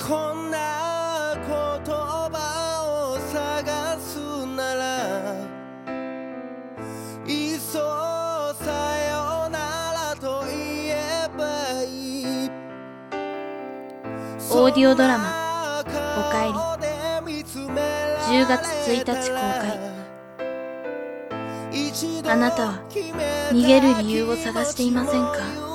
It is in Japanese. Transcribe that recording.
こんな言葉を探すならいっそさよならと言えばいい。 オーディオドラマ「おかえり」10月1日公開。あなたは逃げる理由を探していませんか？